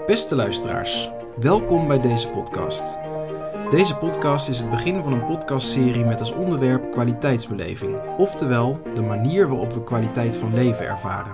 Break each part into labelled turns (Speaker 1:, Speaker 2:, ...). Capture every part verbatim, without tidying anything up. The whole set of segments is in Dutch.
Speaker 1: Beste luisteraars, welkom bij deze podcast. Deze podcast is het begin van een podcastserie met als onderwerp kwaliteitsbeleving, oftewel de manier waarop we kwaliteit van leven ervaren.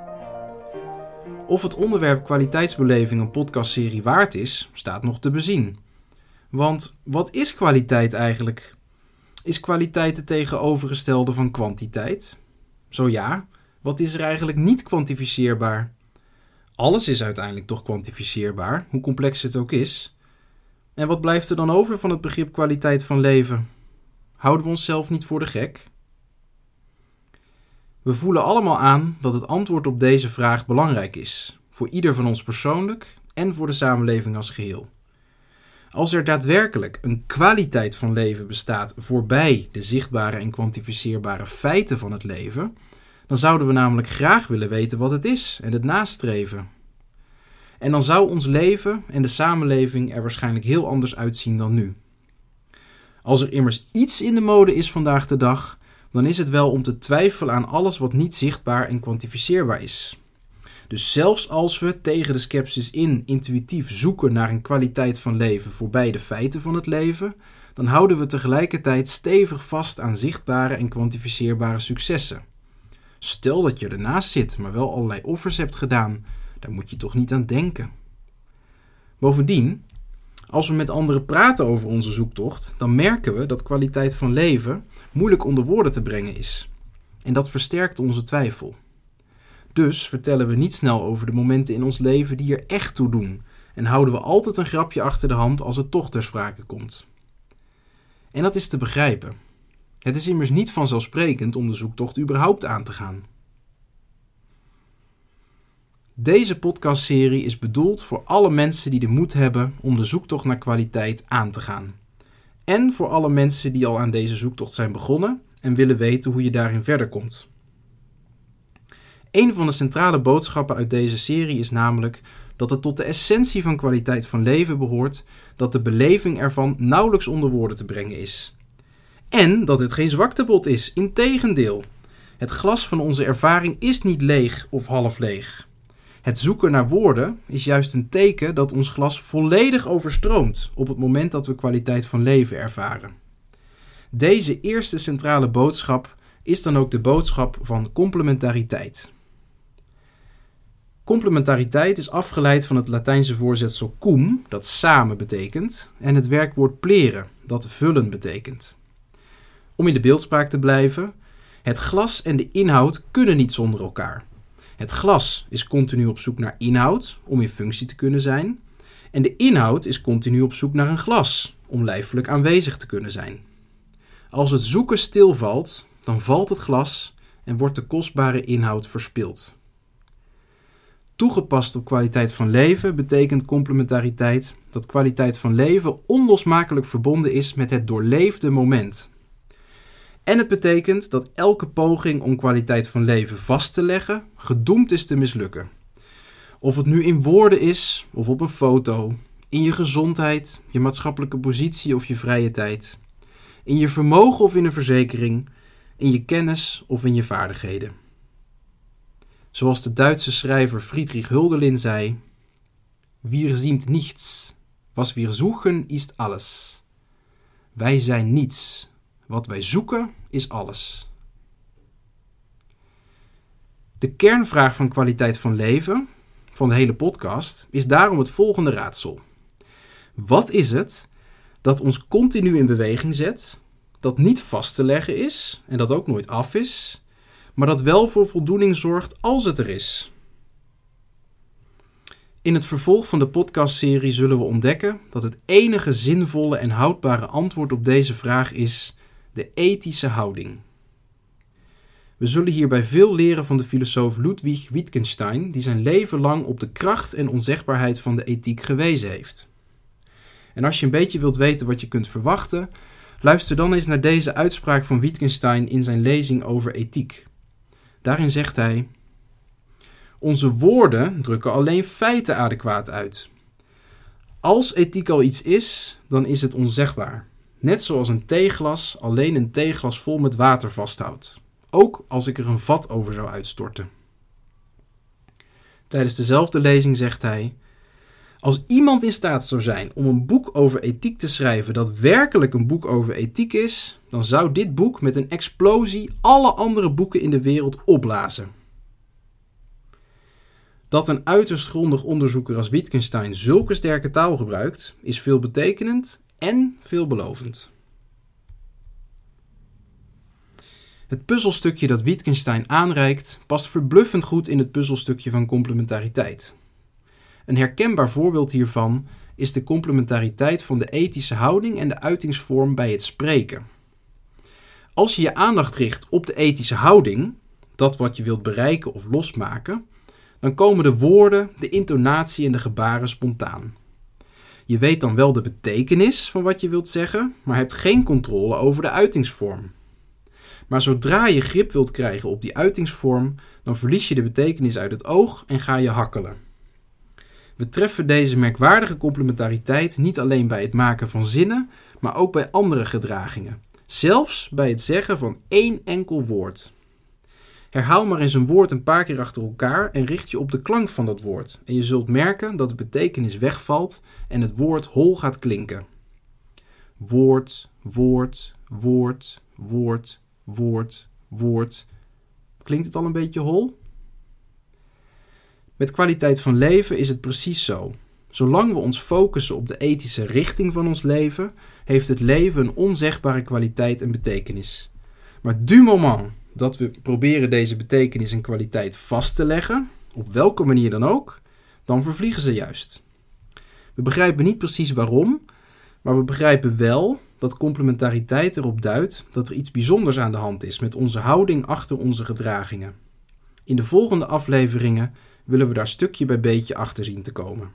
Speaker 1: Of het onderwerp kwaliteitsbeleving een podcastserie waard is, staat nog te bezien. Want wat is kwaliteit eigenlijk? Is kwaliteit het tegenovergestelde van kwantiteit? Zo ja, wat is er eigenlijk niet kwantificeerbaar? Alles is uiteindelijk toch kwantificeerbaar, hoe complex het ook is. En wat blijft er dan over van het begrip kwaliteit van leven? Houden we onszelf niet voor de gek? We voelen allemaal aan dat het antwoord op deze vraag belangrijk is, voor ieder van ons persoonlijk en voor de samenleving als geheel. Als er daadwerkelijk een kwaliteit van leven bestaat voorbij de zichtbare en kwantificeerbare feiten van het leven, dan zouden we namelijk graag willen weten wat het is en het nastreven. En dan zou ons leven en de samenleving er waarschijnlijk heel anders uitzien dan nu. Als er immers iets in de mode is vandaag de dag, dan is het wel om te twijfelen aan alles wat niet zichtbaar en kwantificeerbaar is. Dus zelfs als we tegen de scepsis in intuïtief zoeken naar een kwaliteit van leven voorbij de feiten van het leven, dan houden we tegelijkertijd stevig vast aan zichtbare en kwantificeerbare successen. Stel dat je ernaast zit, maar wel allerlei offers hebt gedaan, daar moet je toch niet aan denken. Bovendien, als we met anderen praten over onze zoektocht, dan merken we dat kwaliteit van leven moeilijk onder woorden te brengen is. En dat versterkt onze twijfel. Dus vertellen we niet snel over de momenten in ons leven die er echt toe doen en houden we altijd een grapje achter de hand als het toch ter sprake komt. En dat is te begrijpen. Het is immers niet vanzelfsprekend om de zoektocht überhaupt aan te gaan. Deze podcastserie is bedoeld voor alle mensen die de moed hebben om de zoektocht naar kwaliteit aan te gaan. En voor alle mensen die al aan deze zoektocht zijn begonnen en willen weten hoe je daarin verder komt. Een van de centrale boodschappen uit deze serie is namelijk dat het tot de essentie van kwaliteit van leven behoort dat de beleving ervan nauwelijks onder woorden te brengen is. En dat het geen zwaktebod is, integendeel. Het glas van onze ervaring is niet leeg of half leeg. Het zoeken naar woorden is juist een teken dat ons glas volledig overstroomt op het moment dat we kwaliteit van leven ervaren. Deze eerste centrale boodschap is dan ook de boodschap van complementariteit. Complementariteit is afgeleid van het Latijnse voorzetsel cum, dat samen betekent, en het werkwoord plere, dat vullen betekent. Om in de beeldspraak te blijven, het glas en de inhoud kunnen niet zonder elkaar. Het glas is continu op zoek naar inhoud, om in functie te kunnen zijn. En de inhoud is continu op zoek naar een glas, om lijfelijk aanwezig te kunnen zijn. Als het zoeken stilvalt, dan valt het glas en wordt de kostbare inhoud verspild. Toegepast op kwaliteit van leven betekent complementariteit dat kwaliteit van leven onlosmakelijk verbonden is met het doorleefde moment. En het betekent dat elke poging om kwaliteit van leven vast te leggen gedoemd is te mislukken. Of het nu in woorden is of op een foto, in je gezondheid, je maatschappelijke positie of je vrije tijd, in je vermogen of in een verzekering, in je kennis of in je vaardigheden. Zoals de Duitse schrijver Friedrich Hölderlin zei: Wir sind nichts, was wir suchen ist alles. Wij zijn niets. Wat wij zoeken is alles. De kernvraag van kwaliteit van leven, van de hele podcast, is daarom het volgende raadsel. Wat is het dat ons continu in beweging zet, dat niet vast te leggen is en dat ook nooit af is, maar dat wel voor voldoening zorgt als het er is? In het vervolg van de podcastserie zullen we ontdekken dat het enige zinvolle en houdbare antwoord op deze vraag is de ethische houding. We zullen hierbij veel leren van de filosoof Ludwig Wittgenstein, die zijn leven lang op de kracht en onzegbaarheid van de ethiek gewezen heeft. En als je een beetje wilt weten wat je kunt verwachten, luister dan eens naar deze uitspraak van Wittgenstein in zijn lezing over ethiek. Daarin zegt hij: onze woorden drukken alleen feiten adequaat uit. Als ethiek al iets is, dan is het onzegbaar. Net zoals een theeglas alleen een theeglas vol met water vasthoudt. Ook als ik er een vat over zou uitstorten. Tijdens dezelfde lezing zegt hij: Als iemand in staat zou zijn om een boek over ethiek te schrijven dat werkelijk een boek over ethiek is, dan zou dit boek met een explosie alle andere boeken in de wereld opblazen. Dat een uiterst grondig onderzoeker als Wittgenstein zulke sterke taal gebruikt, is veelbetekenend en veelbelovend. Het puzzelstukje dat Wittgenstein aanreikt past verbluffend goed in het puzzelstukje van complementariteit. Een herkenbaar voorbeeld hiervan is de complementariteit van de ethische houding en de uitingsvorm bij het spreken. Als je je aandacht richt op de ethische houding, dat wat je wilt bereiken of losmaken, dan komen de woorden, de intonatie en de gebaren spontaan. Je weet dan wel de betekenis van wat je wilt zeggen, maar hebt geen controle over de uitingsvorm. Maar zodra je grip wilt krijgen op die uitingsvorm, dan verlies je de betekenis uit het oog en ga je hakkelen. We treffen deze merkwaardige complementariteit niet alleen bij het maken van zinnen, maar ook bij andere gedragingen. Zelfs bij het zeggen van één enkel woord. Herhaal maar eens een woord een paar keer achter elkaar en richt je op de klank van dat woord. En je zult merken dat de betekenis wegvalt en het woord hol gaat klinken. Woord, woord, woord, woord, woord, woord. Klinkt het al een beetje hol? Met kwaliteit van leven is het precies zo. Zolang we ons focussen op de ethische richting van ons leven, heeft het leven een onzegbare kwaliteit en betekenis. Maar du moment dat we proberen deze betekenis en kwaliteit vast te leggen, op welke manier dan ook, dan vervliegen ze juist. We begrijpen niet precies waarom, maar we begrijpen wel dat complementariteit erop duidt dat er iets bijzonders aan de hand is met onze houding achter onze gedragingen. In de volgende afleveringen willen we daar stukje bij beetje achter zien te komen.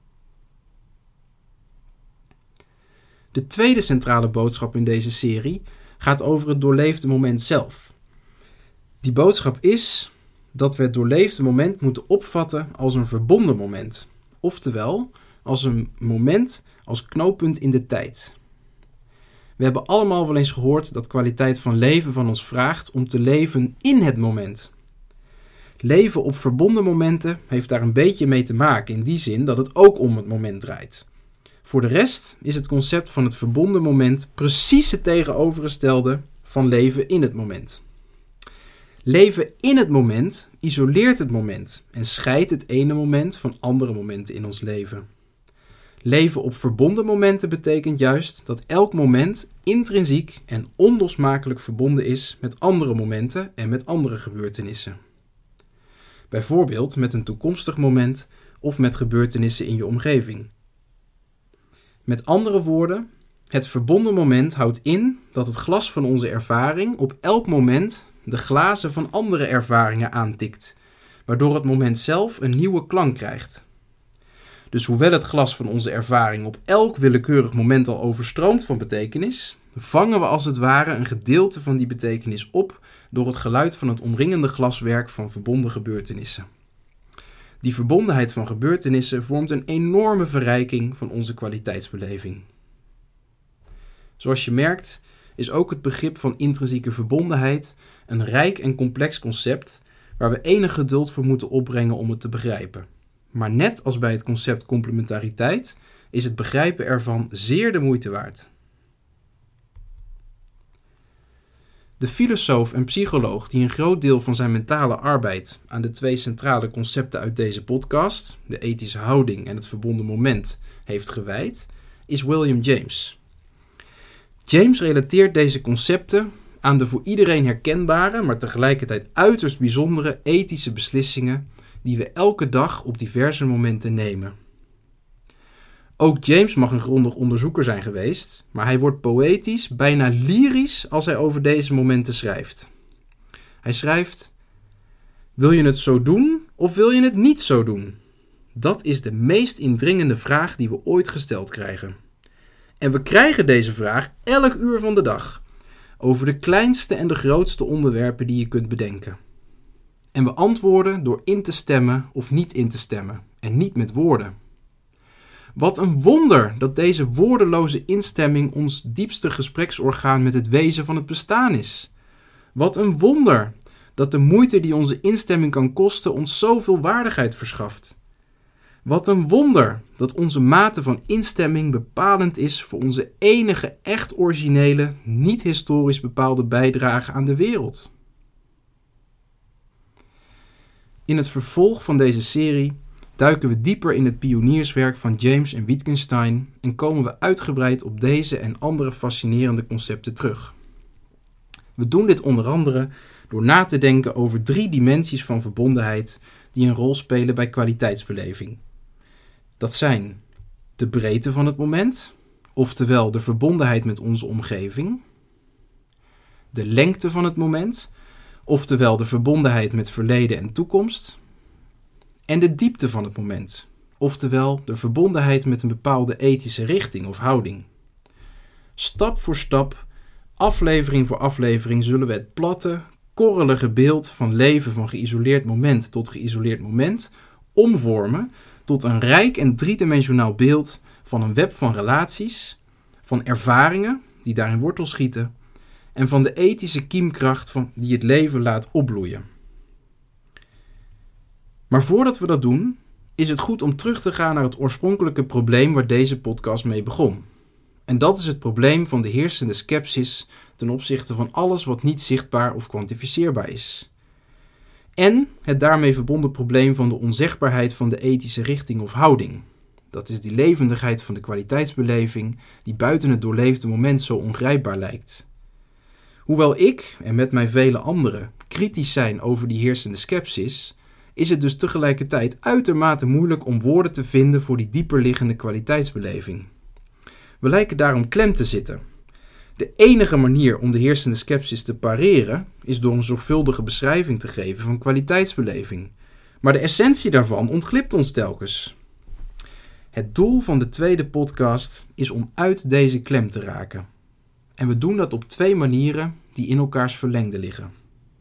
Speaker 1: De tweede centrale boodschap in deze serie gaat over het doorleefde moment zelf. Die boodschap is dat we het doorleefde moment moeten opvatten als een verbonden moment. Oftewel, als een moment als knooppunt in de tijd. We hebben allemaal wel eens gehoord dat kwaliteit van leven van ons vraagt om te leven in het moment. Leven op verbonden momenten heeft daar een beetje mee te maken in die zin dat het ook om het moment draait. Voor de rest is het concept van het verbonden moment precies het tegenovergestelde van leven in het moment. Leven in het moment isoleert het moment en scheidt het ene moment van andere momenten in ons leven. Leven op verbonden momenten betekent juist dat elk moment intrinsiek en onlosmakelijk verbonden is met andere momenten en met andere gebeurtenissen. Bijvoorbeeld met een toekomstig moment of met gebeurtenissen in je omgeving. Met andere woorden, het verbonden moment houdt in dat het glas van onze ervaring op elk moment de glazen van andere ervaringen aantikt, waardoor het moment zelf een nieuwe klank krijgt. Dus hoewel het glas van onze ervaring op elk willekeurig moment al overstroomt van betekenis, vangen we als het ware een gedeelte van die betekenis op door het geluid van het omringende glaswerk van verbonden gebeurtenissen. Die verbondenheid van gebeurtenissen vormt een enorme verrijking van onze kwaliteitsbeleving. Zoals je merkt, is ook het begrip van intrinsieke verbondenheid een rijk en complex concept waar we enig geduld voor moeten opbrengen om het te begrijpen. Maar net als bij het concept complementariteit is het begrijpen ervan zeer de moeite waard. De filosoof en psycholoog die een groot deel van zijn mentale arbeid aan de twee centrale concepten uit deze podcast, de ethische houding en het verbonden moment, heeft gewijd, is William James. James relateert deze concepten aan de voor iedereen herkenbare, maar tegelijkertijd uiterst bijzondere ethische beslissingen die we elke dag op diverse momenten nemen. Ook James mag een grondig onderzoeker zijn geweest, maar hij wordt poëtisch, bijna lyrisch als hij over deze momenten schrijft. Hij schrijft: wil je het zo doen of wil je het niet zo doen? Dat is de meest indringende vraag die we ooit gesteld krijgen. En we krijgen deze vraag elk uur van de dag, over de kleinste en de grootste onderwerpen die je kunt bedenken. En we antwoorden door in te stemmen of niet in te stemmen, en niet met woorden. Wat een wonder dat deze woordeloze instemming ons diepste gespreksorgaan met het wezen van het bestaan is. Wat een wonder dat de moeite die onze instemming kan kosten ons zoveel waardigheid verschaft. Wat een wonder dat onze mate van instemming bepalend is voor onze enige echt originele, niet historisch bepaalde bijdrage aan de wereld. In het vervolg van deze serie duiken we dieper in het pionierswerk van James en Wittgenstein en komen we uitgebreid op deze en andere fascinerende concepten terug. We doen dit onder andere door na te denken over drie dimensies van verbondenheid die een rol spelen bij kwaliteitsbeleving. Dat zijn de breedte van het moment, oftewel de verbondenheid met onze omgeving, de lengte van het moment, oftewel de verbondenheid met verleden en toekomst, en de diepte van het moment, oftewel de verbondenheid met een bepaalde ethische richting of houding. Stap voor stap, aflevering voor aflevering zullen we het platte, korrelige beeld van leven van geïsoleerd moment tot geïsoleerd moment omvormen tot een rijk en driedimensionaal beeld van een web van relaties, van ervaringen die daarin wortel schieten en van de ethische kiemkracht van die het leven laat opbloeien. Maar voordat we dat doen, is het goed om terug te gaan naar het oorspronkelijke probleem waar deze podcast mee begon. En dat is het probleem van de heersende scepsis ten opzichte van alles wat niet zichtbaar of kwantificeerbaar is. En het daarmee verbonden probleem van de onzegbaarheid van de ethische richting of houding. Dat is die levendigheid van de kwaliteitsbeleving die buiten het doorleefde moment zo ongrijpbaar lijkt. Hoewel ik, en met mij vele anderen, kritisch zijn over die heersende scepsis, is het dus tegelijkertijd uitermate moeilijk om woorden te vinden voor die dieperliggende kwaliteitsbeleving. We lijken daarom klem te zitten. De enige manier om de heersende scepsis te pareren is door een zorgvuldige beschrijving te geven van kwaliteitsbeleving. Maar de essentie daarvan ontglipt ons telkens. Het doel van de tweede podcast is om uit deze klem te raken. En we doen dat op twee manieren die in elkaars verlengde liggen.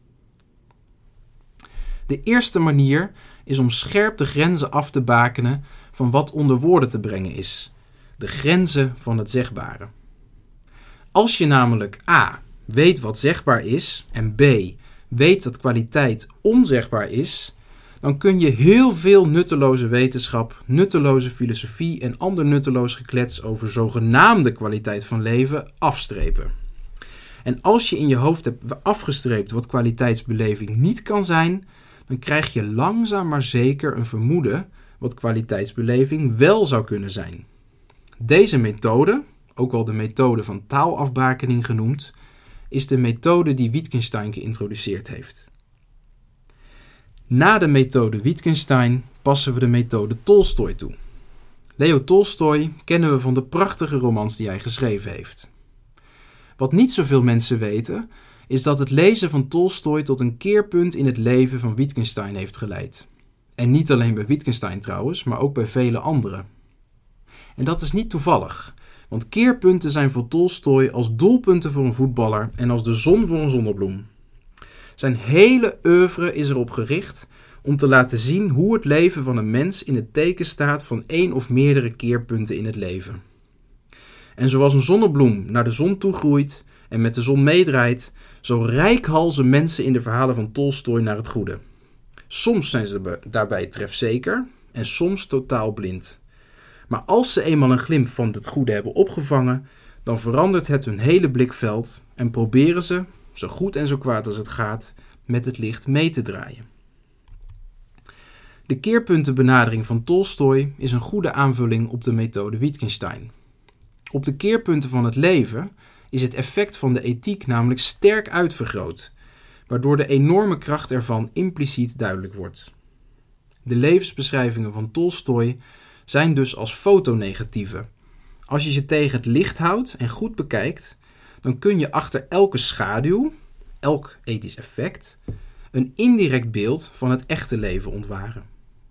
Speaker 1: De eerste manier is om scherp de grenzen af te bakenen van wat onder woorden te brengen is. De grenzen van het zegbare. Als je namelijk a. weet wat zegbaar is en b. weet dat kwaliteit onzegbaar is, dan kun je heel veel nutteloze wetenschap, nutteloze filosofie en ander nutteloos geklets over zogenaamde kwaliteit van leven afstrepen. En als je in je hoofd hebt afgestreept wat kwaliteitsbeleving niet kan zijn, dan krijg je langzaam maar zeker een vermoeden wat kwaliteitsbeleving wel zou kunnen zijn. Deze methode, ook wel de methode van taalafbakening genoemd, is de methode die Wittgenstein geïntroduceerd heeft. Na de methode Wittgenstein passen we de methode Tolstoj toe. Leo Tolstoj kennen we van de prachtige romans die hij geschreven heeft. Wat niet zoveel mensen weten, is dat het lezen van Tolstoj tot een keerpunt in het leven van Wittgenstein heeft geleid. En niet alleen bij Wittgenstein trouwens, maar ook bij vele anderen. En dat is niet toevallig, want keerpunten zijn voor Tolstoj als doelpunten voor een voetballer en als de zon voor een zonnebloem. Zijn hele oeuvre is erop gericht om te laten zien hoe het leven van een mens in het teken staat van één of meerdere keerpunten in het leven. En zoals een zonnebloem naar de zon toe groeit en met de zon meedraait, zo reikhalzen mensen in de verhalen van Tolstoj naar het goede. Soms zijn ze daarbij trefzeker en soms totaal blind. Maar als ze eenmaal een glimp van het goede hebben opgevangen, dan verandert het hun hele blikveld en proberen ze, zo goed en zo kwaad als het gaat, met het licht mee te draaien. De keerpuntenbenadering van Tolstoj is een goede aanvulling op de methode Wittgenstein. Op de keerpunten van het leven is het effect van de ethiek namelijk sterk uitvergroot, waardoor de enorme kracht ervan impliciet duidelijk wordt. De levensbeschrijvingen van Tolstoj zijn dus als fotonegatieven. Als je ze tegen het licht houdt en goed bekijkt, dan kun je achter elke schaduw, elk ethisch effect, een indirect beeld van het echte leven ontwaren.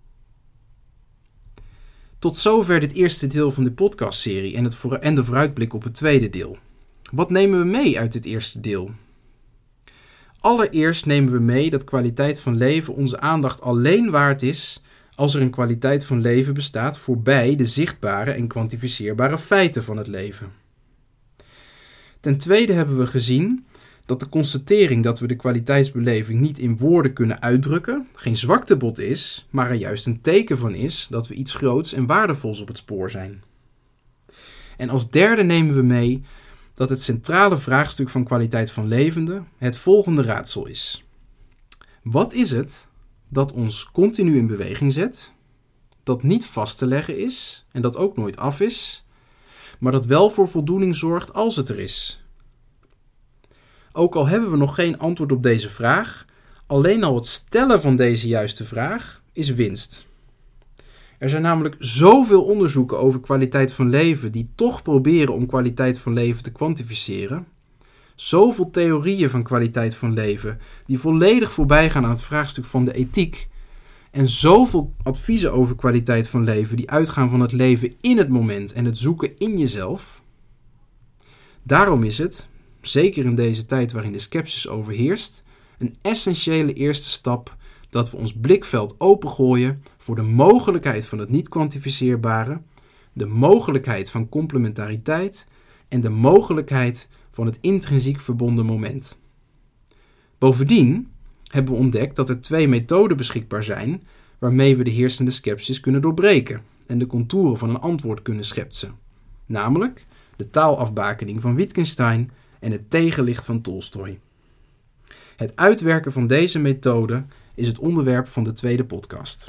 Speaker 1: Tot zover dit eerste deel van de podcastserie en, het voor- en de vooruitblik op het tweede deel. Wat nemen we mee uit dit eerste deel? Allereerst nemen we mee dat kwaliteit van leven onze aandacht alleen waard is als er een kwaliteit van leven bestaat voorbij de zichtbare en kwantificeerbare feiten van het leven. Ten tweede hebben we gezien dat de constatering dat we de kwaliteitsbeleving niet in woorden kunnen uitdrukken geen zwaktebod is, maar er juist een teken van is dat we iets groots en waardevols op het spoor zijn. En als derde nemen we mee dat het centrale vraagstuk van kwaliteit van levende het volgende raadsel is. Wat is het dat ons continu in beweging zet, dat niet vast te leggen is en dat ook nooit af is, maar dat wel voor voldoening zorgt als het er is? Ook al hebben we nog geen antwoord op deze vraag, alleen al het stellen van deze juiste vraag is winst. Er zijn namelijk zoveel onderzoeken over kwaliteit van leven die toch proberen om kwaliteit van leven te kwantificeren. Zoveel theorieën van kwaliteit van leven die volledig voorbij gaan aan het vraagstuk van de ethiek. En zoveel adviezen over kwaliteit van leven die uitgaan van het leven in het moment en het zoeken in jezelf. Daarom is het, zeker in deze tijd waarin de scepsis overheerst, een essentiële eerste stap dat we ons blikveld opengooien voor de mogelijkheid van het niet kwantificeerbare, de mogelijkheid van complementariteit en de mogelijkheid van het intrinsiek verbonden moment. Bovendien hebben we ontdekt dat er twee methoden beschikbaar zijn waarmee we de heersende scepsis kunnen doorbreken en de contouren van een antwoord kunnen schetsen, namelijk de taalafbakening van Wittgenstein en het tegenlicht van Tolstoj. Het uitwerken van deze methode is het onderwerp van de tweede podcast.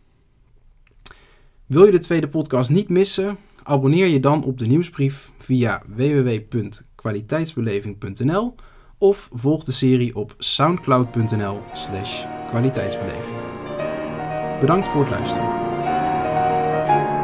Speaker 1: Wil je de tweede podcast niet missen? Abonneer je dan op de nieuwsbrief via w w w punt kwaliteitsbeleving punt n l of volg de serie op soundcloud punt n l slash kwaliteitsbeleving. Bedankt voor het luisteren.